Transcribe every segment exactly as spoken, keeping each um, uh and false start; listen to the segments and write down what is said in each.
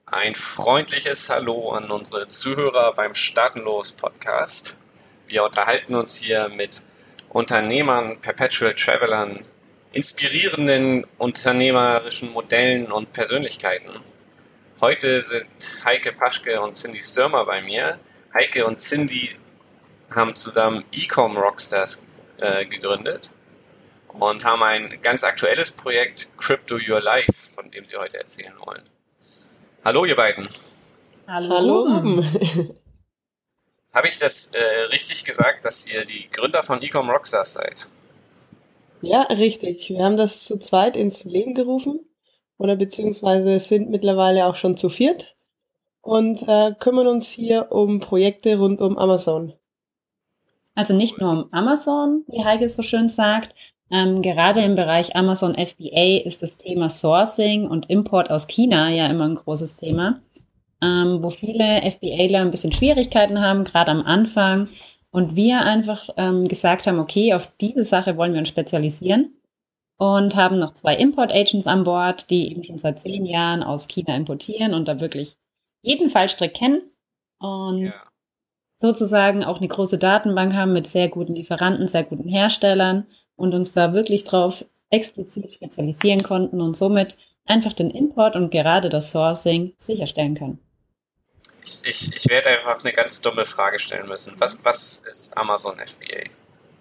Ein freundliches Hallo an unsere Zuhörer beim Staatenlos Podcast. Wir unterhalten uns hier mit Unternehmern, Perpetual Travelern, inspirierenden unternehmerischen Modellen und Persönlichkeiten. Heute sind Heike Paschke und Cindy Stürmer bei mir. Heike und Cindy haben zusammen Ecom Rockstars äh, gegründet und haben ein ganz aktuelles Projekt, Crypto Your Life, von dem sie heute erzählen wollen. Hallo ihr beiden. Hallo, Hallo Ruben. Habe ich das äh, richtig gesagt, dass ihr die Gründer von Ecom Rockstars seid? Ja, richtig. Wir haben das zu zweit ins Leben gerufen oder beziehungsweise sind mittlerweile auch schon zu viert und äh, kümmern uns hier um Projekte rund um Amazon. Also nicht nur um Amazon, wie Heike so schön sagt. Ähm, gerade im Bereich Amazon F B A ist das Thema Sourcing und Import aus China ja immer ein großes Thema, ähm, wo viele FBAler ein bisschen Schwierigkeiten haben, gerade am Anfang. Und wir einfach ähm, gesagt haben, okay, auf diese Sache wollen wir uns spezialisieren und haben noch zwei Import-Agents an Bord, die eben schon seit zehn Jahren aus China importieren und da wirklich jeden Fallstrick kennen und ja. sozusagen auch eine große Datenbank haben mit sehr guten Lieferanten, sehr guten Herstellern und uns da wirklich drauf explizit spezialisieren konnten und somit einfach den Import und gerade das Sourcing sicherstellen können. Ich, ich, ich werde einfach eine ganz dumme Frage stellen müssen. Was, was ist Amazon F B A?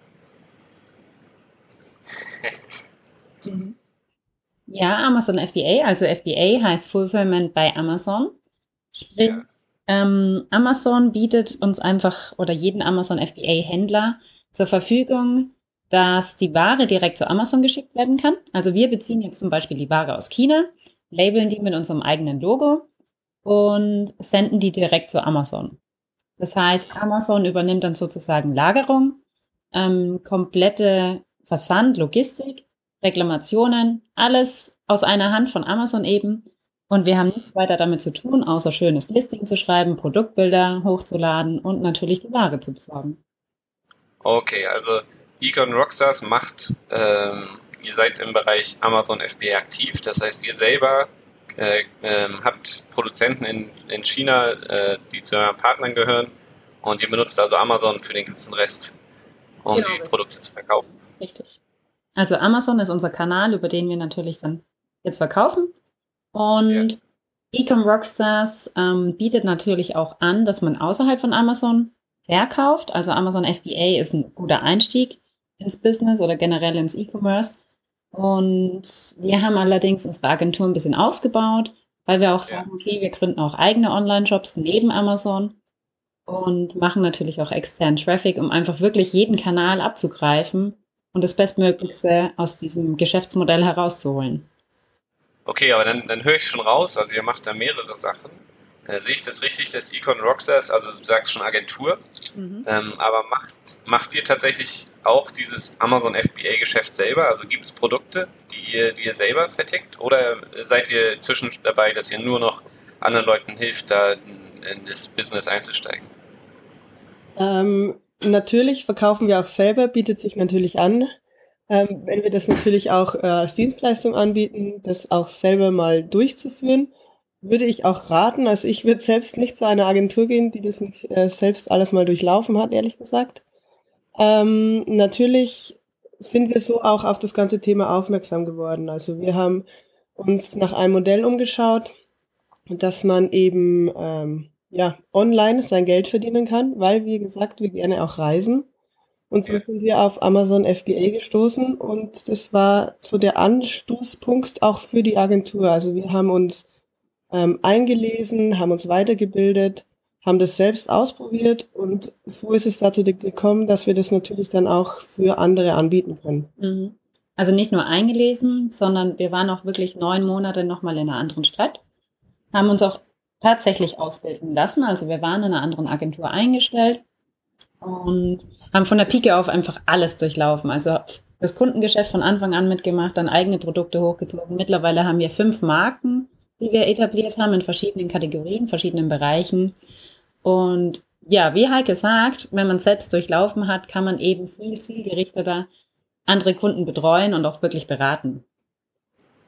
Ja, Amazon F B A, also F B A heißt Fulfillment by Amazon. Sprich, ja. ähm, Amazon bietet uns einfach oder jeden Amazon F B A-Händler zur Verfügung, dass die Ware direkt zu Amazon geschickt werden kann. Also wir beziehen jetzt zum Beispiel die Ware aus China, labeln die mit unserem eigenen Logo und senden die direkt zu Amazon. Das heißt, Amazon übernimmt dann sozusagen Lagerung, ähm, komplette Versand, Logistik, Reklamationen, alles aus einer Hand von Amazon eben. Und wir haben nichts weiter damit zu tun, außer schönes Listing zu schreiben, Produktbilder hochzuladen und natürlich die Ware zu besorgen. Okay, also Ecom Rockstars macht, ähm, ihr seid im Bereich Amazon F B A aktiv, das heißt, ihr selber äh, äh, habt Produzenten in, in China, äh, die zu euren Partnern gehören und ihr benutzt also Amazon für den ganzen Rest, um genau, die richtig. Produkte zu verkaufen. Richtig. Also Amazon ist unser Kanal, über den wir natürlich dann jetzt verkaufen. Und ja. Ecom Rockstars ähm, bietet natürlich auch an, dass man außerhalb von Amazon verkauft. Also Amazon F B A ist ein guter Einstieg ins Business oder generell ins E-Commerce. Und wir haben allerdings unsere Agentur ein bisschen ausgebaut, weil wir auch sagen, okay, wir gründen auch eigene Online-Shops neben Amazon und machen natürlich auch externen Traffic, um einfach wirklich jeden Kanal abzugreifen und das Bestmöglichste aus diesem Geschäftsmodell herauszuholen. Okay, aber dann, dann höre ich schon raus, also ihr macht da mehrere Sachen. Äh, sehe ich das richtig, dass Ecom Rockstars, also du sagst schon Agentur, mhm. ähm, aber macht, macht ihr tatsächlich auch dieses Amazon F B A-Geschäft selber? Also gibt es Produkte, die ihr, die ihr selber vertickt? Oder seid ihr inzwischen dabei, dass ihr nur noch anderen Leuten hilft, da in, in das Business einzusteigen? Ähm, natürlich verkaufen wir auch selber, bietet sich natürlich an. Ähm, wenn wir das natürlich auch äh, als Dienstleistung anbieten, das auch selber mal durchzuführen, würde ich auch raten. Also ich würde selbst nicht zu einer Agentur gehen, die das nicht äh, selbst alles mal durchlaufen hat, ehrlich gesagt. Ähm, natürlich sind wir so auch auf das ganze Thema aufmerksam geworden. Also wir haben uns nach einem Modell umgeschaut, dass man eben ähm, ja online sein Geld verdienen kann, weil, wie gesagt, wir gerne auch reisen. Und so sind wir auf Amazon F B A gestoßen und das war so der Anstoßpunkt auch für die Agentur. Also wir haben uns ähm, eingelesen, haben uns weitergebildet, haben das selbst ausprobiert und so ist es dazu gekommen, dass wir das natürlich dann auch für andere anbieten können. Mhm. Also nicht nur eingelesen, sondern wir waren auch wirklich neun Monate nochmal in einer anderen Stadt, haben uns auch tatsächlich ausbilden lassen. Also wir waren in einer anderen Agentur eingestellt und haben von der Pike auf einfach alles durchlaufen. Also das Kundengeschäft von Anfang an mitgemacht, dann eigene Produkte hochgezogen. Mittlerweile haben wir fünf Marken, die wir etabliert haben in verschiedenen Kategorien, verschiedenen Bereichen. Und ja, wie Heike sagt, wenn man selbst durchlaufen hat, kann man eben viel zielgerichteter andere Kunden betreuen und auch wirklich beraten.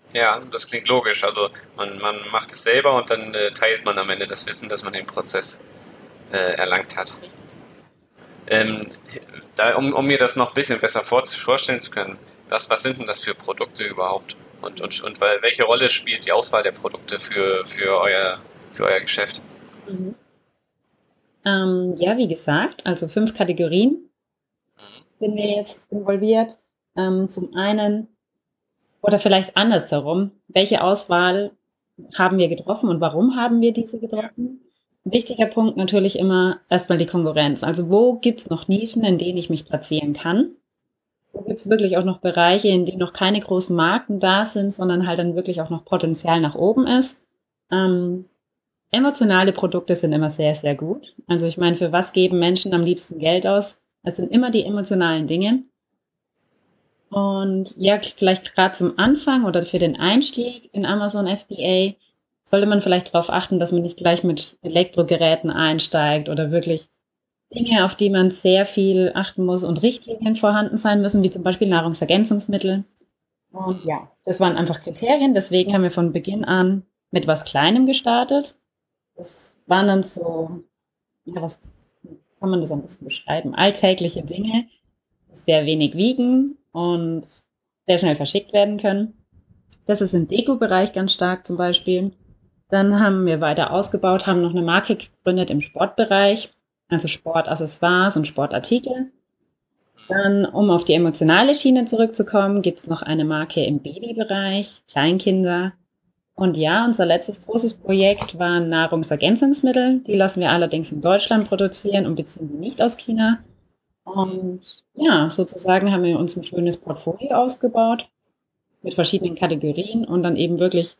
Ja, das klingt logisch. Also man, man macht es selber und dann äh, teilt man am Ende das Wissen, das man im Prozess äh, erlangt hat. Ähm, da, um, um mir das noch ein bisschen besser vor, vorstellen zu können, was, was sind denn das für Produkte überhaupt? Und, und, und welche Rolle spielt die Auswahl der Produkte für, für, euer, für euer Geschäft? Mhm. Ähm, ja, wie gesagt, also fünf Kategorien sind wir jetzt involviert. Ähm, zum einen, oder vielleicht andersherum, welche Auswahl haben wir getroffen und warum haben wir diese getroffen? Ein wichtiger Punkt natürlich immer erstmal die Konkurrenz. Also wo gibt es noch Nischen, in denen ich mich platzieren kann? Wo gibt es wirklich auch noch Bereiche, in denen noch keine großen Marken da sind, sondern halt dann wirklich auch noch Potenzial nach oben ist? Ähm, emotionale Produkte sind immer sehr, sehr gut. Also ich meine, für was geben Menschen am liebsten Geld aus? Es sind immer die emotionalen Dinge. Und ja, vielleicht gerade zum Anfang oder für den Einstieg in Amazon F B A sollte man vielleicht darauf achten, dass man nicht gleich mit Elektrogeräten einsteigt oder wirklich Dinge, auf die man sehr viel achten muss und Richtlinien vorhanden sein müssen, wie zum Beispiel Nahrungsergänzungsmittel. Und ja, das waren einfach Kriterien. Deswegen haben wir von Beginn an mit was Kleinem gestartet. Das waren dann so, ja, was kann man das am besten beschreiben? Alltägliche Dinge, die sehr wenig wiegen und sehr schnell verschickt werden können. Das ist im Deko-Bereich ganz stark zum Beispiel. Dann haben wir weiter ausgebaut, haben noch eine Marke gegründet im Sportbereich, also Sportaccessoires und Sportartikel. Dann, um auf die emotionale Schiene zurückzukommen, gibt es noch eine Marke im Babybereich, Kleinkinder. Und ja, unser letztes großes Projekt waren Nahrungsergänzungsmittel. Die lassen wir allerdings in Deutschland produzieren und beziehen die nicht aus China. Und ja, sozusagen haben wir uns ein schönes Portfolio aufgebaut mit verschiedenen Kategorien und dann eben wirklich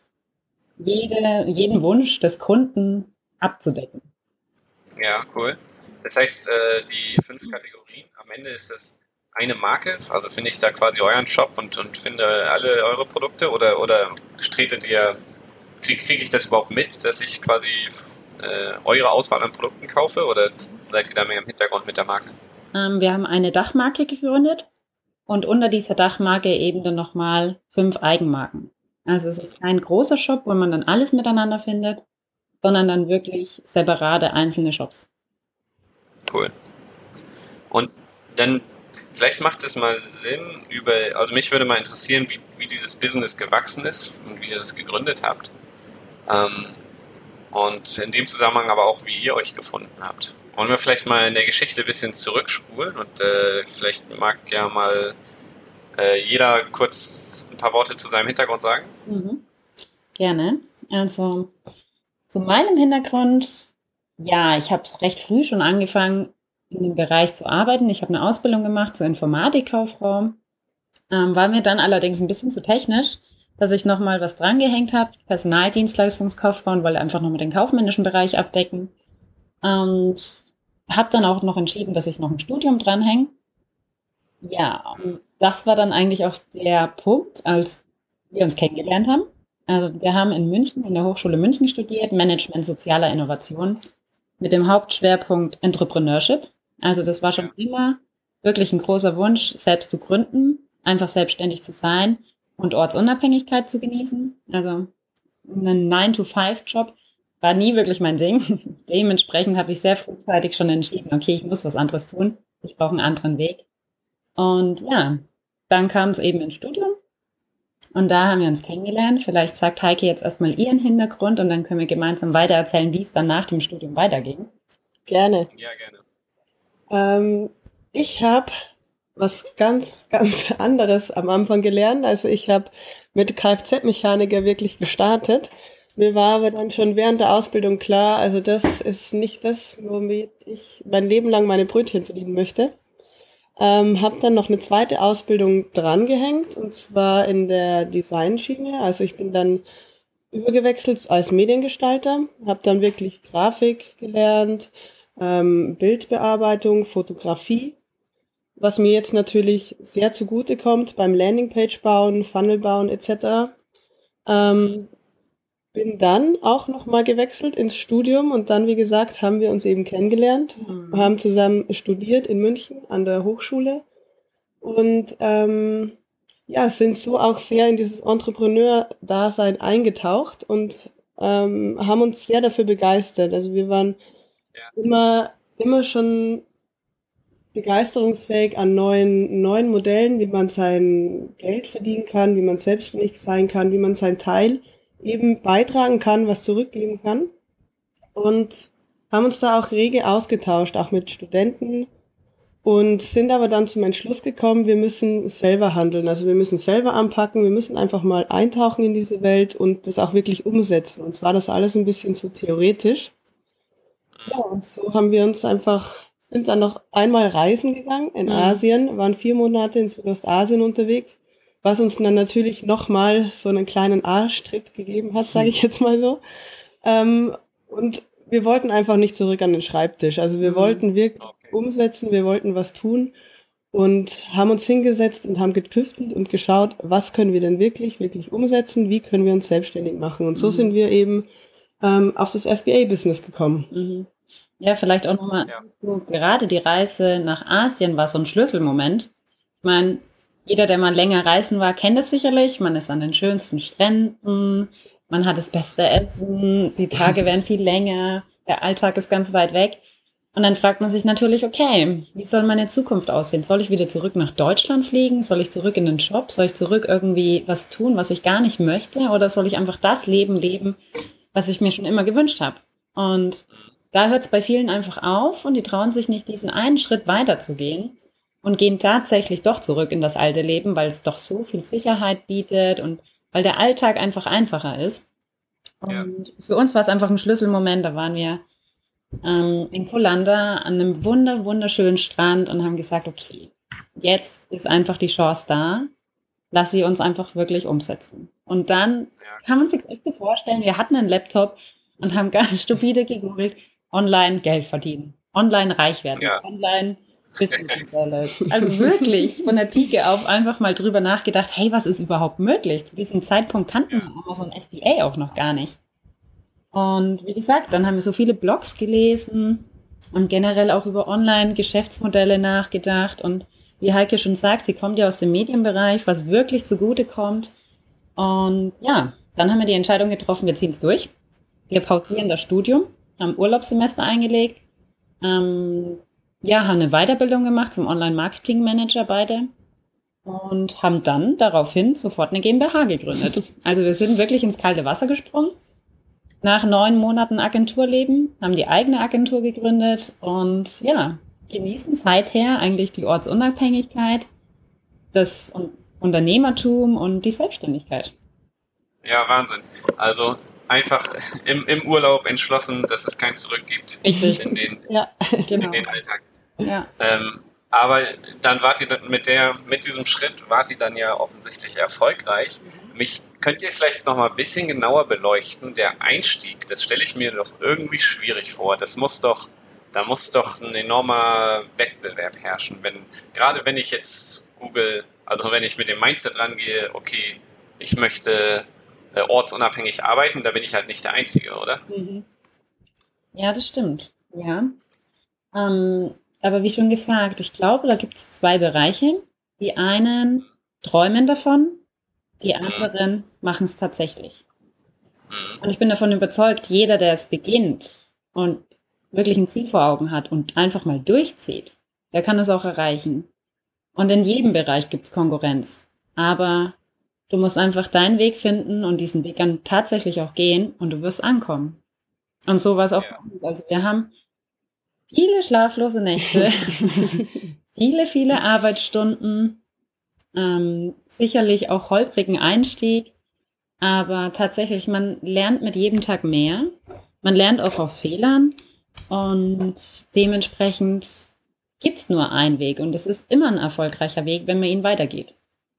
jede, jeden Wunsch des Kunden abzudecken. Ja, cool. Das heißt, äh, die fünf Kategorien, am Ende ist es eine Marke, also finde ich da quasi euren Shop und, und finde alle eure Produkte oder, oder tretet ihr, kriege krieg ich das überhaupt mit, dass ich quasi äh, eure Auswahl an Produkten kaufe oder seid ihr da mehr im Hintergrund mit der Marke? Ähm, wir haben eine Dachmarke gegründet und unter dieser Dachmarke eben dann nochmal fünf Eigenmarken. Also es ist kein großer Shop, wo man dann alles miteinander findet, sondern dann wirklich separate einzelne Shops. Cool. Und dann, vielleicht macht es mal Sinn, über, also mich würde mal interessieren, wie, wie dieses Business gewachsen ist und wie ihr das gegründet habt. Ähm, und in dem Zusammenhang aber auch, wie ihr euch gefunden habt. Wollen wir vielleicht mal in der Geschichte ein bisschen zurückspulen und äh, vielleicht mag ja mal äh, jeder kurz ein paar Worte zu seinem Hintergrund sagen? Mhm. Gerne. Also zu meinem Hintergrund, ja, ich habe es recht früh schon angefangen, in dem Bereich zu arbeiten. Ich habe eine Ausbildung gemacht zur Informatikkauffrau, ähm, war mir dann allerdings ein bisschen zu technisch, dass ich nochmal was drangehängt habe, Personaldienstleistungskauffrau, und wollte einfach nochmal den kaufmännischen Bereich abdecken. Und habe dann auch noch entschieden, dass ich noch ein Studium dranhänge. Ja, und das war dann eigentlich auch der Punkt, als wir uns kennengelernt haben. Also wir haben in München, in der Hochschule München studiert, Management sozialer Innovation mit dem Hauptschwerpunkt Entrepreneurship. Also das war schon immer wirklich ein großer Wunsch, selbst zu gründen, einfach selbstständig zu sein und Ortsunabhängigkeit zu genießen. Also einen nine to five Job war nie wirklich mein Ding. Dementsprechend habe ich sehr frühzeitig schon entschieden, okay, ich muss was anderes tun. Ich brauche einen anderen Weg. Und ja, dann kam es eben ins Studium und da haben wir uns kennengelernt. Vielleicht sagt Heike jetzt erstmal ihren Hintergrund und dann können wir gemeinsam weitererzählen, wie es dann nach dem Studium weiterging. Gerne. Ja, gerne. Ähm, ich habe was ganz, ganz anderes am Anfang gelernt. Also ich habe mit Kfz-Mechaniker wirklich gestartet. Mir war aber dann schon während der Ausbildung klar, also das ist nicht das, womit ich mein Leben lang meine Brötchen verdienen möchte. Ähm, habe dann noch eine zweite Ausbildung drangehängt, und zwar in der Designschiene. Also ich bin dann übergewechselt als Mediengestalter, habe dann wirklich Grafik gelernt, ähm, Bildbearbeitung, Fotografie, was mir jetzt natürlich sehr zugute kommt beim Landingpage bauen, Funnel bauen et cetera. Ähm, bin dann auch nochmal gewechselt ins Studium und dann, wie gesagt, haben wir uns eben kennengelernt, Mhm. haben zusammen studiert in München an der Hochschule und ähm, ja, sind so auch sehr in dieses Entrepreneur-Dasein eingetaucht und ähm, haben uns sehr dafür begeistert. Also wir waren Ja. immer, immer schon begeisterungsfähig an neuen, neuen Modellen, wie man sein Geld verdienen kann, wie man selbstständig sein kann, wie man seinen Teil eben beitragen kann, was zurückgeben kann. Und haben uns da auch rege ausgetauscht, auch mit Studenten und sind aber dann zum Entschluss gekommen, wir müssen selber handeln. Also wir müssen selber anpacken, wir müssen einfach mal eintauchen in diese Welt und das auch wirklich umsetzen. Uns war das alles ein bisschen zu theoretisch. Ja, und so haben wir uns einfach, sind dann noch einmal reisen gegangen in Mhm. Asien, waren vier Monate in Südostasien unterwegs, was uns dann natürlich nochmal so einen kleinen Arschtritt gegeben hat, sage ich jetzt mal so. Ähm, und wir wollten einfach nicht zurück an den Schreibtisch. Also wir Mhm. wollten wirklich Okay. umsetzen, wir wollten was tun und haben uns hingesetzt und haben getüftelt und geschaut, was können wir denn wirklich, wirklich umsetzen, wie können wir uns selbstständig machen. Und so Mhm. sind wir eben ähm, auf das F B A-Business gekommen. Mhm. Ja, vielleicht auch nochmal, Ja. so gerade die Reise nach Asien war so ein Schlüsselmoment. Ich meine, jeder, der mal länger reisen war, kennt es sicherlich. Man ist an den schönsten Stränden, man hat das beste Essen, die Tage werden viel länger, der Alltag ist ganz weit weg. Und dann fragt man sich natürlich, okay, wie soll meine Zukunft aussehen? Soll ich wieder zurück nach Deutschland fliegen? Soll ich zurück in den Job? Soll ich zurück irgendwie was tun, was ich gar nicht möchte? Oder soll ich einfach das Leben leben, was ich mir schon immer gewünscht habe? Und da hört es bei vielen einfach auf und die trauen sich nicht, diesen einen Schritt weiterzugehen und gehen tatsächlich doch zurück in das alte Leben, weil es doch so viel Sicherheit bietet und weil der Alltag einfach einfacher ist. Ja. Und für uns war es einfach ein Schlüsselmoment. Da waren wir ähm, in Koh Lanta an einem wunder, wunderschönen Strand und haben gesagt, okay, jetzt ist einfach die Chance da. Lass sie uns einfach wirklich umsetzen. Und dann Ja. kann man sich echt so vorstellen, wir hatten einen Laptop und haben ganz stupide gegoogelt, online Geld verdienen, online reich werden, Ja. online Business-Modelle. Also wirklich von der Pike auf einfach mal drüber nachgedacht, hey, was ist überhaupt möglich? Zu diesem Zeitpunkt kannten Ja. wir Amazon F B A auch noch gar nicht. Und wie gesagt, dann haben wir so viele Blogs gelesen und generell auch über Online-Geschäftsmodelle nachgedacht. Und wie Heike schon sagt, sie kommt ja aus dem Medienbereich, was wirklich zugute kommt. Und ja, dann haben wir die Entscheidung getroffen, wir ziehen es durch. Wir pausieren das Studium, haben Urlaubssemester eingelegt, ähm, ja, haben eine Weiterbildung gemacht zum Online-Marketing-Manager beide und haben dann daraufhin sofort eine GmbH gegründet. Also wir sind wirklich ins kalte Wasser gesprungen. Nach neun Monaten Agenturleben haben die eigene Agentur gegründet und ja, genießen seither eigentlich die Ortsunabhängigkeit, das Un- Unternehmertum und die Selbstständigkeit. Ja, Wahnsinn. Also einfach im, im Urlaub entschlossen, dass es kein Zurück gibt Richtig. in den, Ja, Genau. in den Alltag. Ja. Ähm, aber dann wart ihr dann mit der, mit diesem Schritt wart ihr dann ja offensichtlich erfolgreich. Mich könnt ihr vielleicht noch mal ein bisschen genauer beleuchten, der Einstieg, das stelle ich mir doch irgendwie schwierig vor. Das muss doch, da muss doch ein enormer Wettbewerb herrschen. Wenn, gerade wenn ich jetzt Google, also wenn ich mit dem Mindset rangehe, okay, ich möchte äh, ortsunabhängig arbeiten, da bin ich halt nicht der Einzige, oder? Mhm. Ja, das stimmt. Ja. Ähm, aber wie schon gesagt, ich glaube, da gibt es zwei Bereiche. Die einen träumen davon, die anderen machen es tatsächlich. Mhm. Und ich bin davon überzeugt, jeder, der es beginnt und wirklich ein Ziel vor Augen hat und einfach mal durchzieht, der kann es auch erreichen. Und in jedem Bereich gibt es Konkurrenz. Aber du musst einfach deinen Weg finden und diesen Weg dann tatsächlich auch gehen und du wirst ankommen. Und so war es auch Ja. bei uns. Also wir haben viele schlaflose Nächte, viele, viele Arbeitsstunden, ähm, sicherlich auch holprigen Einstieg, aber tatsächlich, man lernt mit jedem Tag mehr. Man lernt auch aus Fehlern und dementsprechend gibt es nur einen Weg und es ist immer ein erfolgreicher Weg, wenn man ihn weitergeht.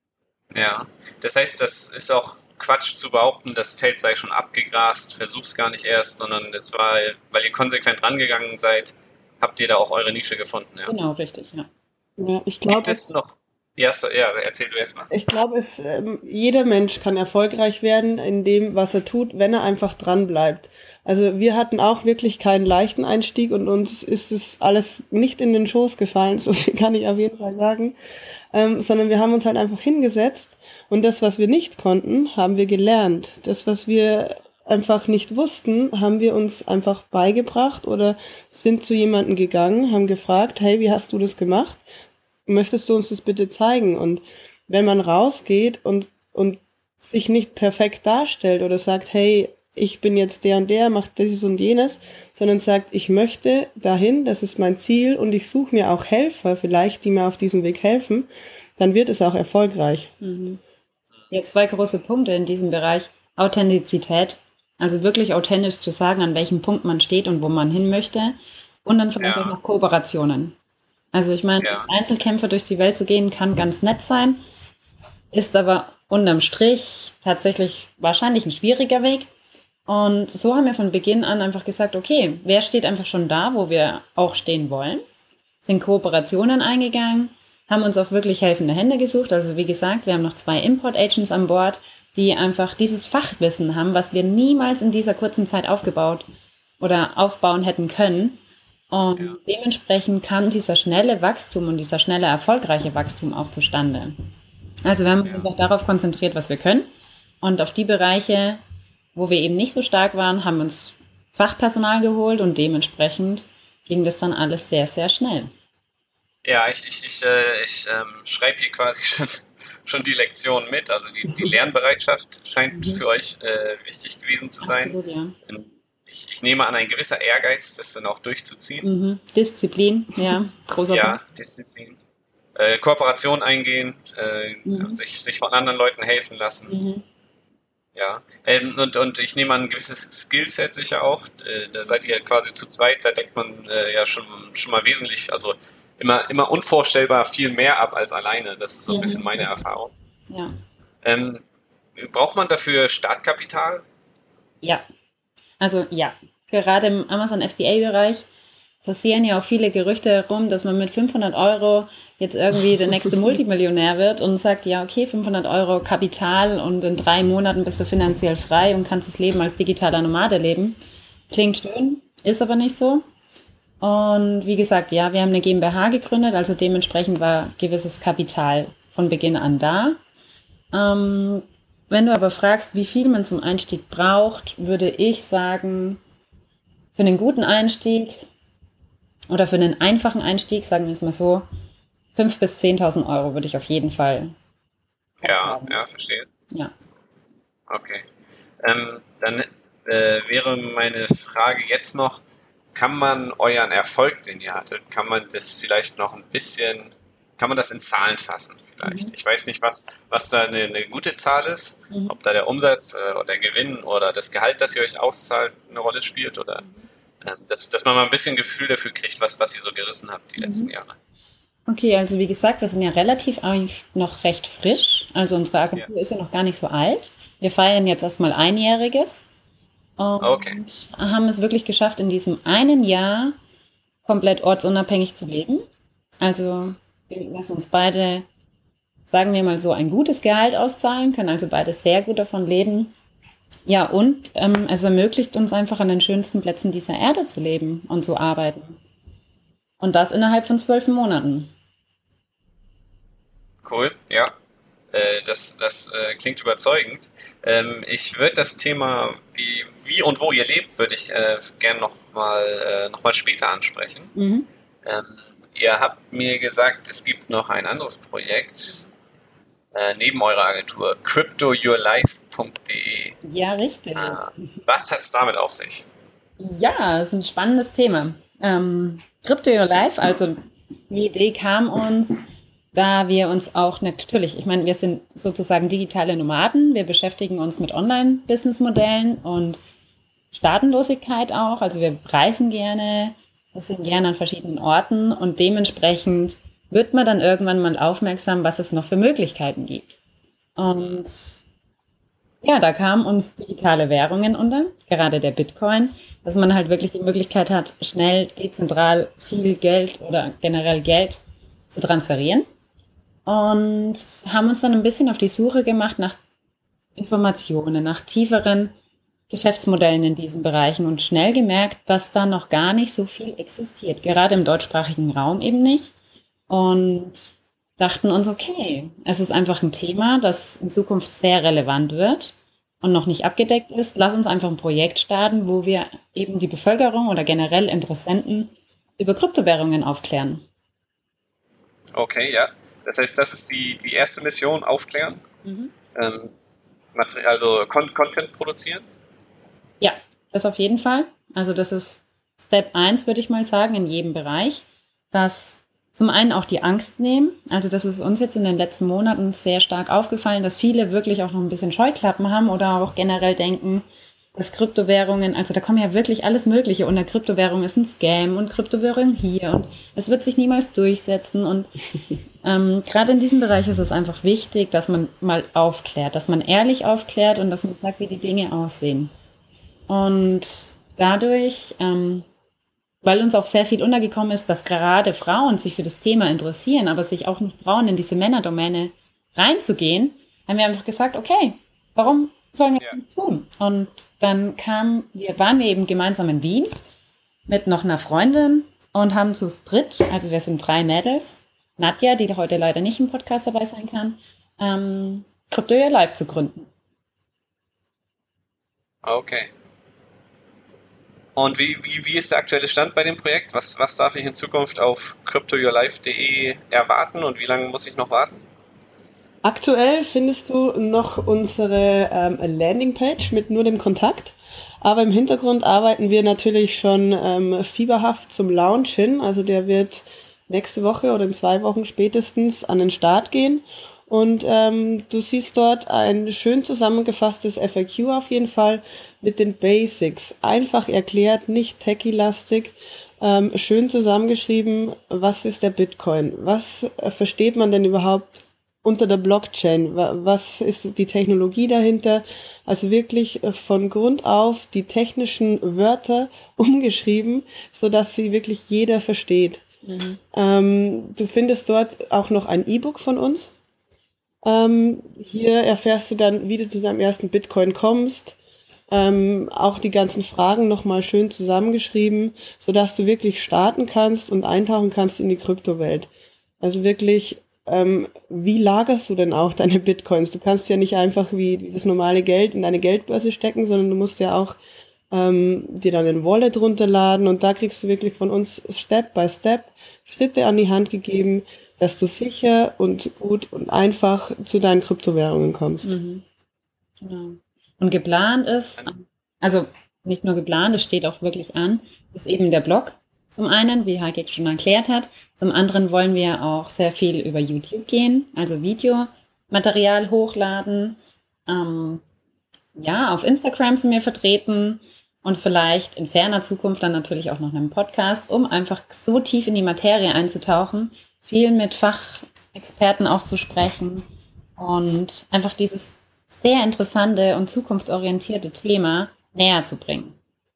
Ja, das heißt, das ist auch Quatsch zu behaupten, das Feld sei schon abgegrast, versuch's gar nicht erst, sondern das war, weil ihr konsequent rangegangen seid, habt ihr da auch eure Nische gefunden. Ja. Genau, richtig, ja. ja ich Gibt glaube, es noch, ja, so, ja erzähl du erst mal. ich glaube, es, ähm, jeder Mensch kann erfolgreich werden in dem, was er tut, wenn er einfach dran bleibt. Also wir hatten auch wirklich keinen leichten Einstieg und uns ist es alles nicht in den Schoß gefallen, so viel kann ich auf jeden Fall sagen, ähm, sondern wir haben uns halt einfach hingesetzt Und das, was wir nicht konnten, haben wir gelernt. Das, was wir einfach nicht wussten, haben wir uns einfach beigebracht oder sind zu jemandem gegangen, haben gefragt, hey, wie hast du das gemacht? Möchtest du uns das bitte zeigen? Und wenn man rausgeht und, und sich nicht perfekt darstellt oder sagt, hey, ich bin jetzt der und der, macht dieses und jenes, sondern sagt, ich möchte dahin, das ist mein Ziel und ich suche mir auch Helfer vielleicht, die mir auf diesem Weg helfen, dann wird es auch erfolgreich. Mhm. Ja, zwei große Punkte in diesem Bereich. Authentizität, also wirklich authentisch zu sagen, an welchem Punkt man steht und wo man hin möchte. Und dann vielleicht Ja. auch noch Kooperationen. Also ich meine, Ja. als Einzelkämpfer durch die Welt zu gehen, kann ganz nett sein, ist aber unterm Strich tatsächlich wahrscheinlich ein schwieriger Weg. Und so haben wir von Beginn an einfach gesagt, okay, wer steht einfach schon da, wo wir auch stehen wollen, sind Kooperationen eingegangen, haben uns auch wirklich helfende Hände gesucht. Also wie gesagt, wir haben noch zwei Import-Agents an Bord, die einfach dieses Fachwissen haben, was wir niemals in dieser kurzen Zeit aufgebaut oder aufbauen hätten können. Und Ja. dementsprechend kam dieser schnelle Wachstum und dieser schnelle, erfolgreiche Wachstum auch zustande. Also wir haben uns Ja. einfach darauf konzentriert, was wir können. Und auf die Bereiche, wo wir eben nicht so stark waren, haben uns Fachpersonal geholt und dementsprechend ging das dann alles sehr, sehr schnell. Ja, ich, ich, ich, äh, ich ähm, schreibe hier quasi schon, schon die Lektion mit. Also die, die Lernbereitschaft scheint Mhm. für euch äh, wichtig gewesen zu sein. Absolut, ja. Ich, ich nehme an, ein gewisser Ehrgeiz, das dann auch durchzuziehen. Mhm. Disziplin, ja, großer Ja, Punkt. Disziplin. Äh, Kooperation eingehen, äh, Mhm. sich, sich von anderen Leuten helfen lassen. Mhm. Ja. Ähm, und, und ich nehme an, ein gewisses Skillset sicher auch. Äh, da seid ihr quasi zu zweit, da deckt man äh, ja schon, schon mal wesentlich, also immer, immer unvorstellbar viel mehr ab als alleine. Das ist so ein Ja. bisschen meine Erfahrung. Ja. Ähm, braucht man dafür Startkapital? Ja, also ja, gerade im Amazon F B A-Bereich passieren ja auch viele Gerüchte herum, dass man mit fünfhundert Euro jetzt irgendwie der nächste Multimillionär wird und sagt, ja, okay, fünfhundert Euro Kapital und in drei Monaten bist du finanziell frei und kannst das Leben als digitaler Nomade leben. Klingt schön, ist aber nicht so. Und wie gesagt, ja, wir haben eine GmbH gegründet, also dementsprechend war gewisses Kapital von Beginn an da. Ähm, wenn du aber fragst, wie viel man zum Einstieg braucht, würde ich sagen, für einen guten Einstieg oder für einen einfachen Einstieg, sagen wir es mal so, fünftausend bis zehntausend Euro würde ich auf jeden Fall Ja, sagen. ja, verstehe. Ja. Okay. Ähm, dann äh, wäre meine Frage jetzt noch, kann man euren Erfolg, den ihr hattet, kann man das vielleicht noch ein bisschen, kann man das in Zahlen fassen vielleicht? Mhm. Ich weiß nicht, was, was da eine, eine gute Zahl ist, Mhm. ob da der Umsatz äh, oder der Gewinn oder das Gehalt, das ihr euch auszahlt, eine Rolle spielt oder ähm, dass, dass man mal ein bisschen Gefühl dafür kriegt, was, was ihr so gerissen habt die letzten Mhm. Jahre. Okay, also wie gesagt, wir sind ja relativ eigentlich noch recht frisch. Also unsere Agentur Ja. ist ja noch gar nicht so alt. Wir feiern jetzt erstmal Einjähriges und Okay. haben es wirklich geschafft, in diesem einen Jahr komplett ortsunabhängig zu leben. Also wir lassen uns beide, sagen wir mal so, ein gutes Gehalt auszahlen, können also beide sehr gut davon leben. Ja, und ähm, es ermöglicht uns einfach an den schönsten Plätzen dieser Erde zu leben und zu arbeiten. Und das innerhalb von zwölf Monaten. Cool, ja. Äh, das das äh, klingt überzeugend. Ähm, ich würde das Thema, wie, wie und wo ihr lebt, würde ich äh, gerne nochmal äh, noch mal später ansprechen. Mhm. Ähm, ihr habt mir gesagt, es gibt noch ein anderes Projekt äh, neben eurer Agentur, crypto your life punkt de. Ja, richtig. Ah, was hat es damit auf sich? Ja, das ist ein spannendes Thema. Ähm, Crypto Your Life, also die Idee kam uns, da wir uns auch natürlich, ich meine, wir sind sozusagen digitale Nomaden, wir beschäftigen uns mit Online-Business-Modellen und Staatenlosigkeit auch, also wir reisen gerne, wir sind gerne an verschiedenen Orten und dementsprechend wird man dann irgendwann mal aufmerksam, was es noch für Möglichkeiten gibt. Und ja, da kamen uns digitale Währungen unter, gerade der Bitcoin, dass man halt wirklich die Möglichkeit hat, schnell, dezentral viel Geld oder generell Geld zu transferieren. Und haben uns dann ein bisschen auf die Suche gemacht nach Informationen, nach tieferen Geschäftsmodellen in diesen Bereichen und schnell gemerkt, dass da noch gar nicht so viel existiert, gerade im deutschsprachigen Raum eben nicht. Und dachten uns, okay, es ist einfach ein Thema, das in Zukunft sehr relevant wird und noch nicht abgedeckt ist. Lass uns einfach ein Projekt starten, wo wir eben die Bevölkerung oder generell Interessenten über Kryptowährungen aufklären. Okay, ja. Das heißt, das ist die, die erste Mission, aufklären. Mhm. Ähm, also Con- Content produzieren? Ja, das auf jeden Fall. Also das ist Step eins, würde ich mal sagen, in jedem Bereich. Das zum einen auch die Angst nehmen. Also das ist uns jetzt in den letzten Monaten sehr stark aufgefallen, dass viele wirklich auch noch ein bisschen Scheuklappen haben oder auch generell denken, dass Kryptowährungen, also da kommen ja wirklich alles Mögliche unter Kryptowährung ist ein Scam und Kryptowährung hier und es wird sich niemals durchsetzen und ähm, gerade in diesem Bereich ist es einfach wichtig, dass man mal aufklärt, dass man ehrlich aufklärt und dass man sagt, wie die Dinge aussehen. Und dadurch, ähm, weil uns auch sehr viel untergekommen ist, dass gerade Frauen sich für das Thema interessieren, aber sich auch nicht trauen, in diese Männerdomäne reinzugehen, haben wir einfach gesagt, okay, warum sollen wir das nicht tun? Und dann kam, wir waren wir eben gemeinsam in Wien mit noch einer Freundin und haben zu dritt, also wir sind drei Mädels, Nadja, die heute leider nicht im Podcast dabei sein kann, ähm, Crypto Your Life zu gründen. Okay. Und wie, wie, wie ist der aktuelle Stand bei dem Projekt? Was, was darf ich in Zukunft auf crypto your life punkt de erwarten und wie lange muss ich noch warten? Aktuell findest du noch unsere ähm, Landingpage mit nur dem Kontakt, aber im Hintergrund arbeiten wir natürlich schon ähm, fieberhaft zum Launch hin. Also der wird nächste Woche oder in zwei Wochen spätestens an den Start gehen. Und ähm, du siehst dort ein schön zusammengefasstes F A Q auf jeden Fall mit den Basics. Einfach erklärt, nicht techie-lastig, ähm, schön zusammengeschrieben, was ist der Bitcoin? Was äh, versteht man denn überhaupt unter der Blockchain? Was ist die Technologie dahinter? Also wirklich von Grund auf die technischen Wörter umgeschrieben, sodass sie wirklich jeder versteht. Mhm. Ähm, du findest dort auch noch ein E-Book von uns. Ähm, hier erfährst du dann, wie du zu deinem ersten Bitcoin kommst. Ähm, auch die ganzen Fragen nochmal schön zusammengeschrieben, sodass du wirklich starten kannst und eintauchen kannst in die Kryptowelt. Also wirklich, ähm, wie lagerst du denn auch deine Bitcoins? Du kannst ja nicht einfach wie, wie das normale Geld in deine Geldbörse stecken, sondern du musst ja auch ähm, dir dann ein Wallet runterladen und da kriegst du wirklich von uns Step by Step Schritte an die Hand gegeben, dass du sicher und gut und einfach zu deinen Kryptowährungen kommst. Mhm. Genau. Und geplant ist, also nicht nur geplant, es steht auch wirklich an, ist eben der Blog zum einen, wie Heike schon erklärt hat. Zum anderen wollen wir auch sehr viel über YouTube gehen, also Videomaterial hochladen. Ähm, ja, auf Instagram sind wir vertreten und vielleicht in ferner Zukunft dann natürlich auch noch einen Podcast, um einfach so tief in die Materie einzutauchen, viel mit Fachexperten auch zu sprechen und einfach dieses sehr interessante und zukunftsorientierte Thema näher zu bringen.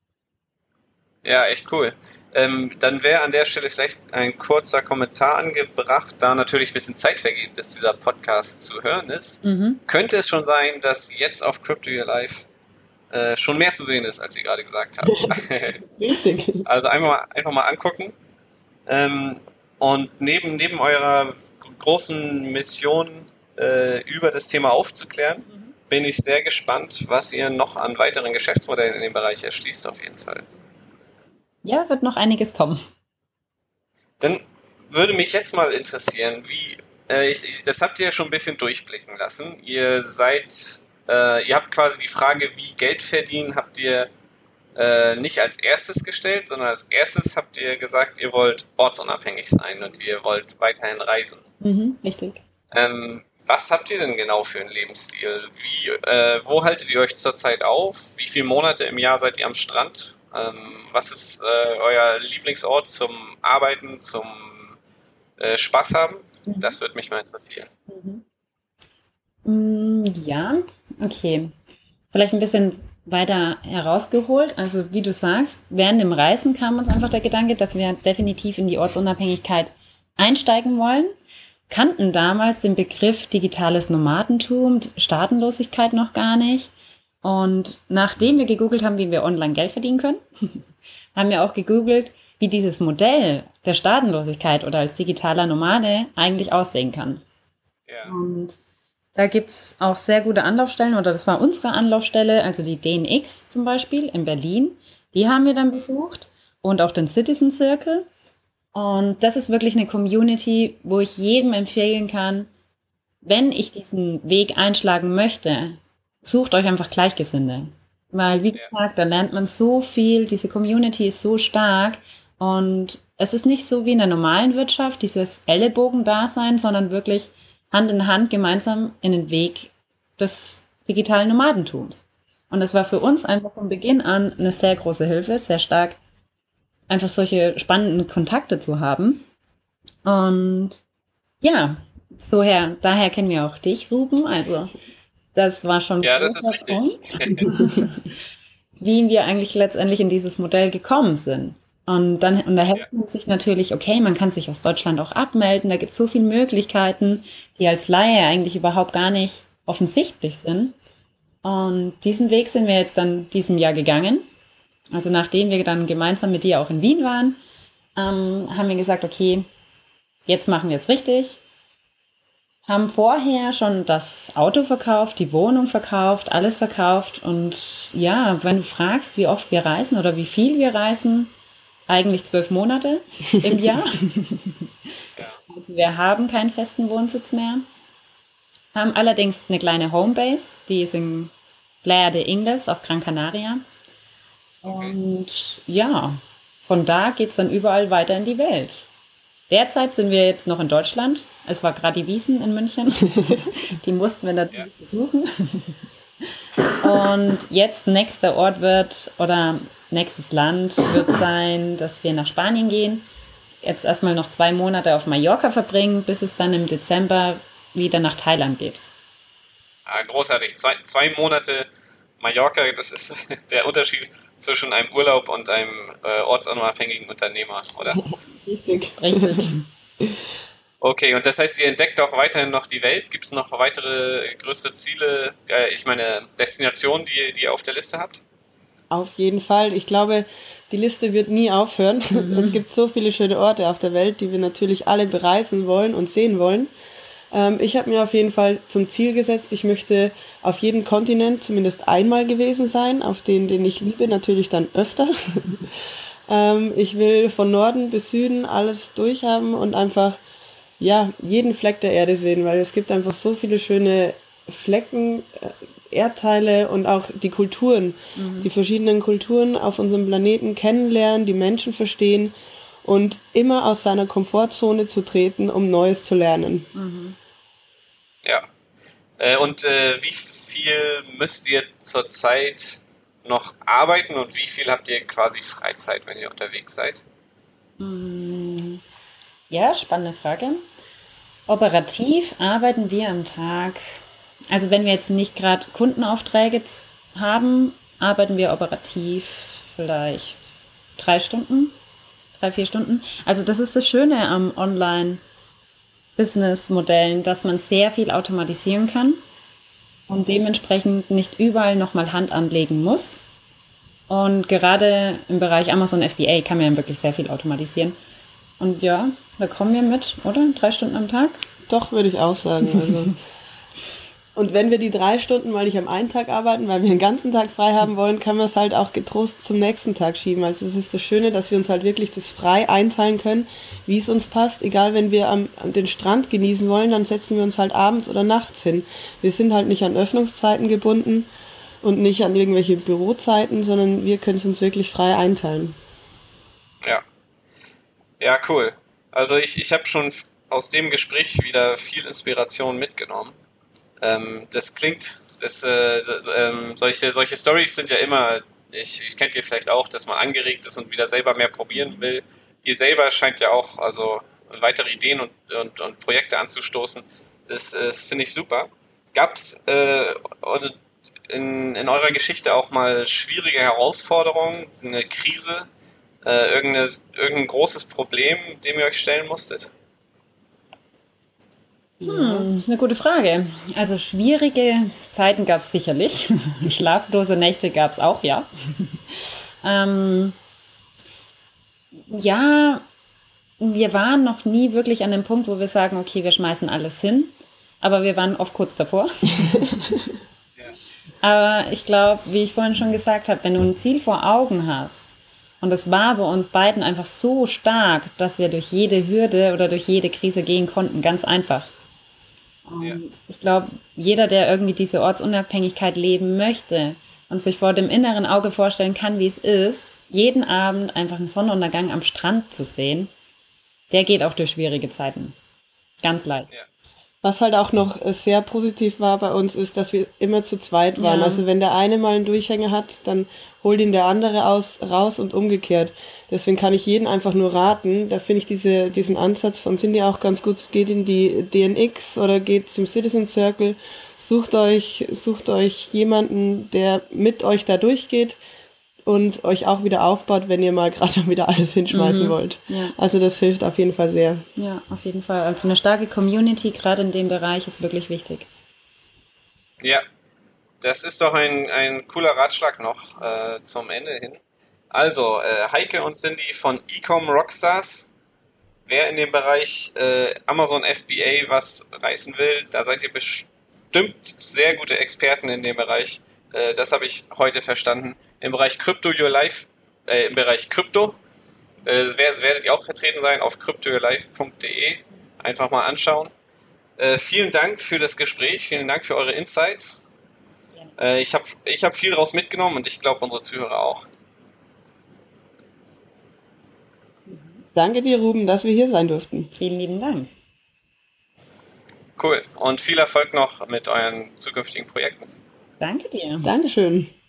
Ja, echt cool. Ähm, dann wäre an der Stelle vielleicht ein kurzer Kommentar angebracht, da natürlich ein bisschen Zeit vergeht, bis dieser Podcast zu hören ist. Mhm. Könnte es schon sein, dass jetzt auf Crypto Your Life äh, schon mehr zu sehen ist, als ihr gerade gesagt habt. Richtig. Also einfach mal, einfach mal angucken. Ähm, und neben, neben eurer großen Mission äh, über das Thema aufzuklären, mhm. bin ich sehr gespannt, was ihr noch an weiteren Geschäftsmodellen in dem Bereich erschließt, auf jeden Fall. Ja, wird noch einiges kommen. Dann würde mich jetzt mal interessieren, wie, äh, ich, ich, das habt ihr ja schon ein bisschen durchblicken lassen. Ihr seid, äh, ihr habt quasi die Frage, wie Geld verdienen, habt ihr äh, nicht als erstes gestellt, sondern als erstes habt ihr gesagt, ihr wollt ortsunabhängig sein und ihr wollt weiterhin reisen. Mhm, richtig. Ähm, was habt ihr denn genau für einen Lebensstil? Wie, äh, wo haltet ihr euch zurzeit auf? Wie viele Monate im Jahr seid ihr am Strand? Ähm, was ist äh, euer Lieblingsort zum Arbeiten, zum äh, Spaß haben? Mhm. Das würde mich mal interessieren. Mhm. Ja, okay. Vielleicht ein bisschen weiter herausgeholt. Also wie du sagst, während dem Reisen kam uns einfach der Gedanke, dass wir definitiv in die Ortsunabhängigkeit einsteigen wollen. Kannten damals den Begriff digitales Nomadentum, Staatenlosigkeit noch gar nicht. Und nachdem wir gegoogelt haben, wie wir online Geld verdienen können, haben wir auch gegoogelt, wie dieses Modell der Staatenlosigkeit oder als digitaler Nomade eigentlich aussehen kann. Ja. Und da gibt es auch sehr gute Anlaufstellen, oder das war unsere Anlaufstelle, also die D N X zum Beispiel in Berlin, die haben wir dann besucht und auch den Citizen Circle. Und das ist wirklich eine Community, wo ich jedem empfehlen kann, wenn ich diesen Weg einschlagen möchte, sucht euch einfach Gleichgesinnte. Weil, wie gesagt, da lernt man so viel, diese Community ist so stark und es ist nicht so wie in der normalen Wirtschaft, dieses Ellenbogen-Dasein, sondern wirklich Hand in Hand gemeinsam in den Weg des digitalen Nomadentums. Und das war für uns einfach von Beginn an eine sehr große Hilfe, sehr stark, einfach solche spannenden Kontakte zu haben. Und ja, so her, daher kennen wir auch dich, Ruben. Also das war schon Ja, das ist richtig. wie wir eigentlich letztendlich in dieses Modell gekommen sind. Und dann unterhält Ja. man sich natürlich, okay, man kann sich aus Deutschland auch abmelden, da gibt es so viele Möglichkeiten, die als Laie eigentlich überhaupt gar nicht offensichtlich sind. Und diesen Weg sind wir jetzt dann diesem Jahr gegangen. Also nachdem wir dann gemeinsam mit dir auch in Wien waren, ähm, haben wir gesagt, okay, jetzt machen wir es richtig. Haben vorher schon das Auto verkauft, die Wohnung verkauft, alles verkauft. Und ja, wenn du fragst, wie oft wir reisen oder wie viel wir reisen, eigentlich zwölf Monate im Jahr. Ja. Also wir haben keinen festen Wohnsitz mehr. Haben allerdings eine kleine Homebase, die ist in Playa de Ingles auf Gran Canaria. Okay. Und ja, von da geht es dann überall weiter in die Welt. Derzeit sind wir jetzt noch in Deutschland. Es war gerade die Wiesn in München. Die mussten wir natürlich Ja. besuchen. Und jetzt nächster Ort wird, oder nächstes Land wird sein, dass wir nach Spanien gehen. Jetzt erstmal noch zwei Monate auf Mallorca verbringen, bis es dann im Dezember wieder nach Thailand geht. Ah, großartig. Zwei, zwei Monate Mallorca, das ist der Unterschied zwischen einem Urlaub und einem äh, ortsunabhängigen Unternehmer, oder? Richtig. Richtig. Okay, und das heißt, ihr entdeckt auch weiterhin noch die Welt? Gibt es noch weitere größere Ziele, äh, ich meine Destinationen, die, die ihr auf der Liste habt? Auf jeden Fall. Ich glaube, die Liste wird nie aufhören. Mhm. Es gibt so viele schöne Orte auf der Welt, die wir natürlich alle bereisen wollen und sehen wollen. Ähm, ich habe mir auf jeden Fall zum Ziel gesetzt, ich möchte auf jedem Kontinent zumindest einmal gewesen sein, auf den, den ich liebe, natürlich dann öfter. ähm, ich will von Norden bis Süden alles durchhaben und einfach ja, jeden Fleck der Erde sehen, weil es gibt einfach so viele schöne Flecken, äh, Erdteile und auch die Kulturen, Mhm. die verschiedenen Kulturen auf unserem Planeten kennenlernen, die Menschen verstehen und immer aus seiner Komfortzone zu treten, um Neues zu lernen. Mhm. Ja. Äh, und äh, wie viel müsst ihr zurzeit noch arbeiten und wie viel habt ihr quasi Freizeit, wenn ihr unterwegs seid? Mm, Ja, spannende Frage. Operativ arbeiten wir am Tag, also wenn wir jetzt nicht gerade Kundenaufträge z- haben, arbeiten wir operativ vielleicht drei Stunden, drei, vier Stunden. Also das ist das Schöne am Online-Business-Modellen, dass man sehr viel automatisieren kann und dementsprechend nicht überall nochmal Hand anlegen muss. Und gerade im Bereich Amazon F B A kann man ja wirklich sehr viel automatisieren. Und ja, da kommen wir mit, oder? Drei Stunden am Tag? Doch, würde ich auch sagen. Also. Und wenn wir die drei Stunden mal nicht am einen Tag arbeiten, weil wir den ganzen Tag frei haben wollen, kann man es halt auch getrost zum nächsten Tag schieben. Also es ist das Schöne, dass wir uns halt wirklich das frei einteilen können, wie es uns passt. Egal, wenn wir am, an den Strand genießen wollen, dann setzen wir uns halt abends oder nachts hin. Wir sind halt nicht an Öffnungszeiten gebunden und nicht an irgendwelche Bürozeiten, sondern wir können es uns wirklich frei einteilen. Ja. Ja, cool. Also ich, ich habe schon f- aus dem Gespräch wieder viel Inspiration mitgenommen. Ähm, das klingt, das, äh, das, ähm, solche, solche Stories sind ja immer, ich, ich kennt ihr vielleicht auch, dass man angeregt ist und wieder selber mehr probieren will. Ihr selber scheint ja auch also weitere Ideen und, und, und Projekte anzustoßen. Das, äh, das finde ich super. Gab es äh, und in, in eurer Geschichte auch mal schwierige Herausforderungen, eine Krise, äh, irgendeine, irgendein großes Problem, dem ihr euch stellen musstet? Hm, das ist eine gute Frage. Also schwierige Zeiten gab es sicherlich. Schlaflose Nächte gab es auch, ja. ähm, Ja, wir waren noch nie wirklich an dem Punkt, wo wir sagen, okay, wir schmeißen alles hin. Aber wir waren oft kurz davor. Ja. Aber ich glaube, wie ich vorhin schon gesagt habe, wenn du ein Ziel vor Augen hast, und es war bei uns beiden einfach so stark, dass wir durch jede Hürde oder durch jede Krise gehen konnten, ganz einfach. Und ja. Ich glaube, jeder, der irgendwie diese Ortsunabhängigkeit leben möchte und sich vor dem inneren Auge vorstellen kann, wie es ist, jeden Abend einfach einen Sonnenuntergang am Strand zu sehen, der geht auch durch schwierige Zeiten. Ganz leicht. Ja. Was halt auch noch sehr positiv war bei uns, ist, dass wir immer zu zweit waren. Ja. Also wenn der eine mal einen Durchhänger hat, dann holt ihn der andere aus, raus und umgekehrt. Deswegen kann ich jeden einfach nur raten. Da finde ich diese, diesen Ansatz von Cindy auch ganz gut. Geht in die D N X oder geht zum Citizen Circle. Sucht euch, sucht euch jemanden, der mit euch da durchgeht und euch auch wieder aufbaut, wenn ihr mal gerade wieder alles hinschmeißen mhm, wollt. Ja. Also das hilft auf jeden Fall sehr. Ja, auf jeden Fall. Also eine starke Community, gerade in dem Bereich, ist wirklich wichtig. Ja, das ist doch ein, ein cooler Ratschlag noch äh, zum Ende hin. Also, äh, Heike und Cindy von Ecom Rockstars. Wer in dem Bereich äh, Amazon F B A was reißen will, da seid ihr bestimmt sehr gute Experten in dem Bereich. Das habe ich heute verstanden. Im Bereich Crypto Your Life, äh, im Bereich Krypto, äh, werdet ihr auch vertreten sein auf crypto your life punkt de. Einfach mal anschauen. Äh, vielen Dank für das Gespräch, vielen Dank für eure Insights. Äh, ich habe ich hab viel daraus mitgenommen und ich glaube, unsere Zuhörer auch. Danke dir, Ruben, dass wir hier sein durften. Vielen lieben Dank. Cool. Und viel Erfolg noch mit euren zukünftigen Projekten. Danke dir. Dankeschön.